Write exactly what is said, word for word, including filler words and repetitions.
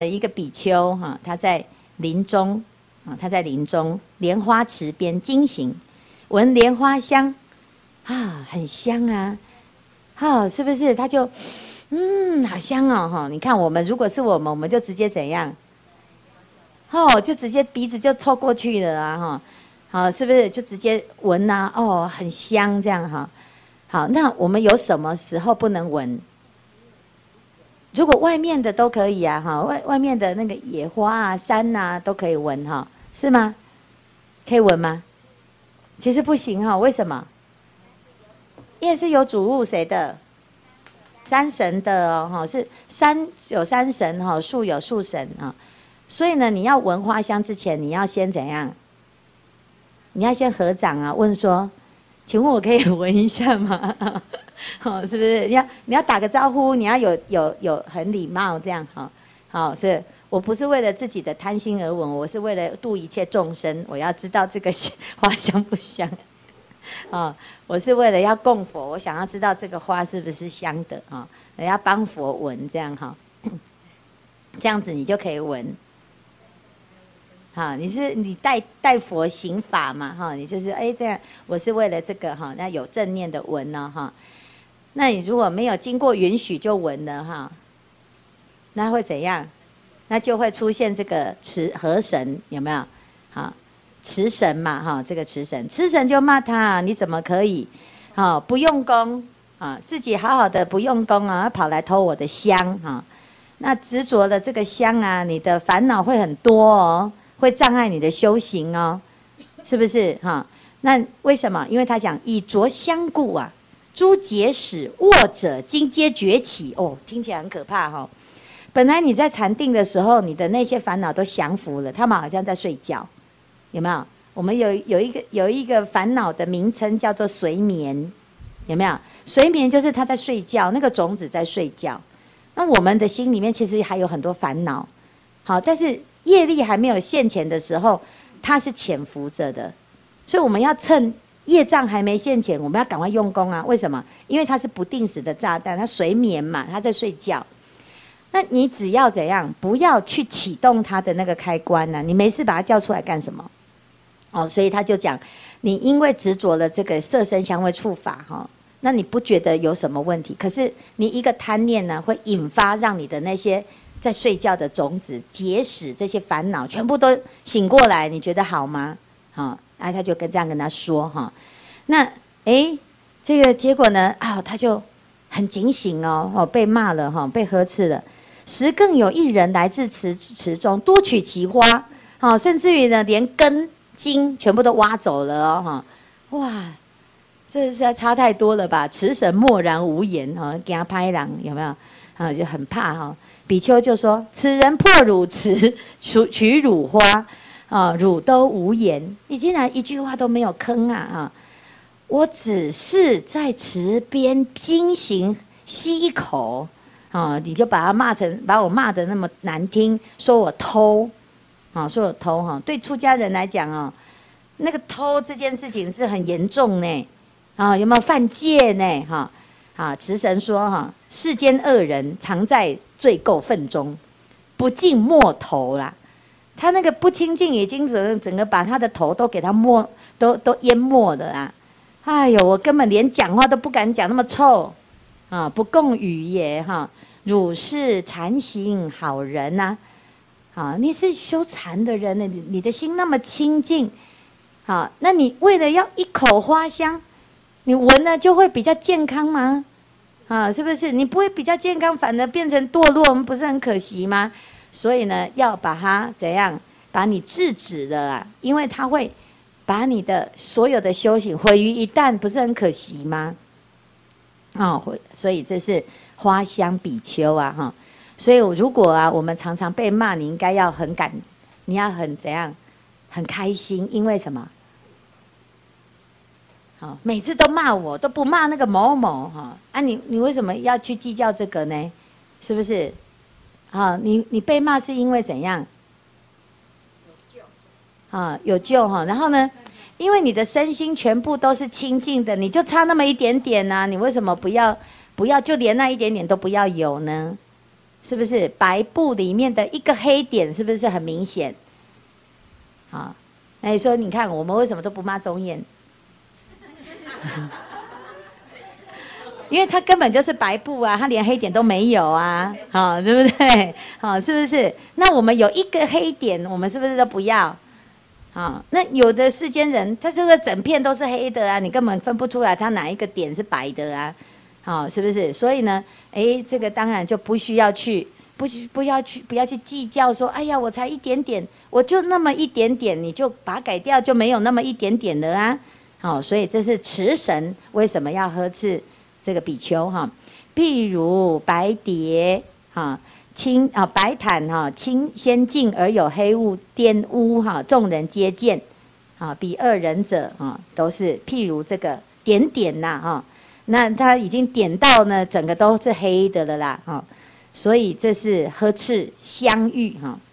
一个比丘哈，他在林中啊，他在林中莲花池边经行，闻莲花香啊，很香啊，哈、哦，是不是？他就嗯，好香哦哈！你看我们如果是我们，我们就直接怎样？哦，就直接鼻子就凑过去了啊哈，好，是不是？就直接闻呐、啊？哦，很香这样哈。好，那我们有什么时候不能闻？如果外面的都可以啊，哈，外外面的那个野花啊、山啊都可以闻哈，是吗？可以闻吗？其实不行哈，为什么？因为是有主物谁的？山神的哦，哈，是山有山神哈，树有树神啊，所以呢，你要闻花香之前，你要先怎样？你要先合掌啊，问说，请问我可以闻一下吗？好、哦，是不是？你要你要打个招呼，你要有有有很礼貌这样哈。好、哦，是我不是为了自己的贪心而闻，我是为了度一切众生，我要知道这个花香不香。啊、哦，我是为了要供佛，我想要知道这个花是不是香的啊？我、哦、要帮佛闻这样哈、哦，这样子你就可以闻。好，你是你带带佛行法嘛哈？你就是哎这样，我是为了这个哈，那有正念的闻呢哈。那你如果没有经过允许就闻了哈，那会怎样？那就会出现这个持河神，有没有？好，持神嘛哈，这个持神，持神就骂他，你怎么可以？好，不用功啊，自己好好的不用功啊，跑来偷我的香哈。那执着了这个香啊，你的烦恼会很多哦，会障碍你的修行哦，是不是哈？那为什么？因为他讲以着香故啊。诸结使卧者今皆崛起哦，听起来很可怕哈、哦。本来你在禅定的时候，你的那些烦恼都降服了，他们好像在睡觉，有没有？我们有有一个有一个烦恼的名称叫做随眠，有没有？随眠就是他在睡觉，那个种子在睡觉。那我们的心里面其实还有很多烦恼，好，但是业力还没有现前的时候，它是潜伏着的，所以我们要趁。业障还没现前，我们要赶快用功啊！为什么？因为它是不定时的炸弹，它随眠嘛，它在睡觉。那你只要怎样，不要去启动它的那个开关呢、啊？你没事把它叫出来干什么？哦，所以他就讲，你因为执着了这个色身香味触法哈、哦，那你不觉得有什么问题？可是你一个贪念呢，会引发让你的那些在睡觉的种子结使这些烦恼全部都醒过来，你觉得好吗？好、哦。啊，他就跟这样跟他说哈，那哎，这个结果呢啊，他就很警醒哦，哦被骂了哈，被呵斥了。时更有一人来至池池中，多取其花，好，甚至于呢，连根茎全部都挖走了哦哈，哇，这是差太多了吧？池神默然无言哈，给他拍狼有没有？啊，就很怕哈。比丘就说：“此人破汝池，取取汝花。”啊，汝都无言，你竟然一句话都没有吭啊！啊，我只是在池边经行，吸一口，啊，你就把他骂成，把我骂得那么难听，说我偷，啊，说我偷哈。对出家人来讲哦，那个偷这件事情是很严重呢，啊，有没有犯戒呢？哈，啊，持神说哈，世间恶人常在罪垢粪中，不尽没头啦。他那个不清净，已经整整个把他的头都给他没，都都淹没了啊！哎呦，我根本连讲话都不敢讲，那么臭啊！不共语也哈，汝是禅行好人呐、啊，啊，你是修禅的人呢，你你的心那么清净，好，那你为了要一口花香，你闻了就会比较健康吗？啊，是不是？你不会比较健康，反而变成堕落，我们不是很可惜吗？所以呢，要把它怎样把你制止了啊？因为它会把你的所有的修行毁于一旦，不是很可惜吗？哦，所以这是花香比丘啊，哈。所以如果啊，我们常常被骂，你应该要很感，你要很怎样，很开心，因为什么？好，每次都骂我，都不骂那个某某哈啊你，你你为什么要去计较这个呢？是不是？啊，你你被骂是因为怎样？有救啊，有救哈。然后呢，因为你的身心全部都是清净的，你就差那么一点点啊，你为什么不要不要就连那一点点都不要有呢？ 是不是白布里面的一个黑点，是不是很明显？好，那你说，你看我们为什么都不骂钟燕？因为它根本就是白布啊，它连黑点都没有啊，好，对不对？好，是不是？那我们有一个黑点，我们是不是都不要？好，那有的世间人，他这个整片都是黑的啊，你根本分不出来他哪一个点是白的啊，好，是不是？所以呢，哎，这个当然就不需要去，不需不要去，不要去计较说，哎呀，我才一点点，我就那么一点点，你就把它改掉，就没有那么一点点了啊。好，所以这是持神为什么要呵斥这个比丘哈？譬如白蝶哈。青啊，白毯哈，青先净而有黑雾玷污哈，众人皆见，啊，比二人者啊，都是譬如这个点点呐哈，那他已经点到呢，整个都是黑的了啦哈，所以这是呵斥相遇哈。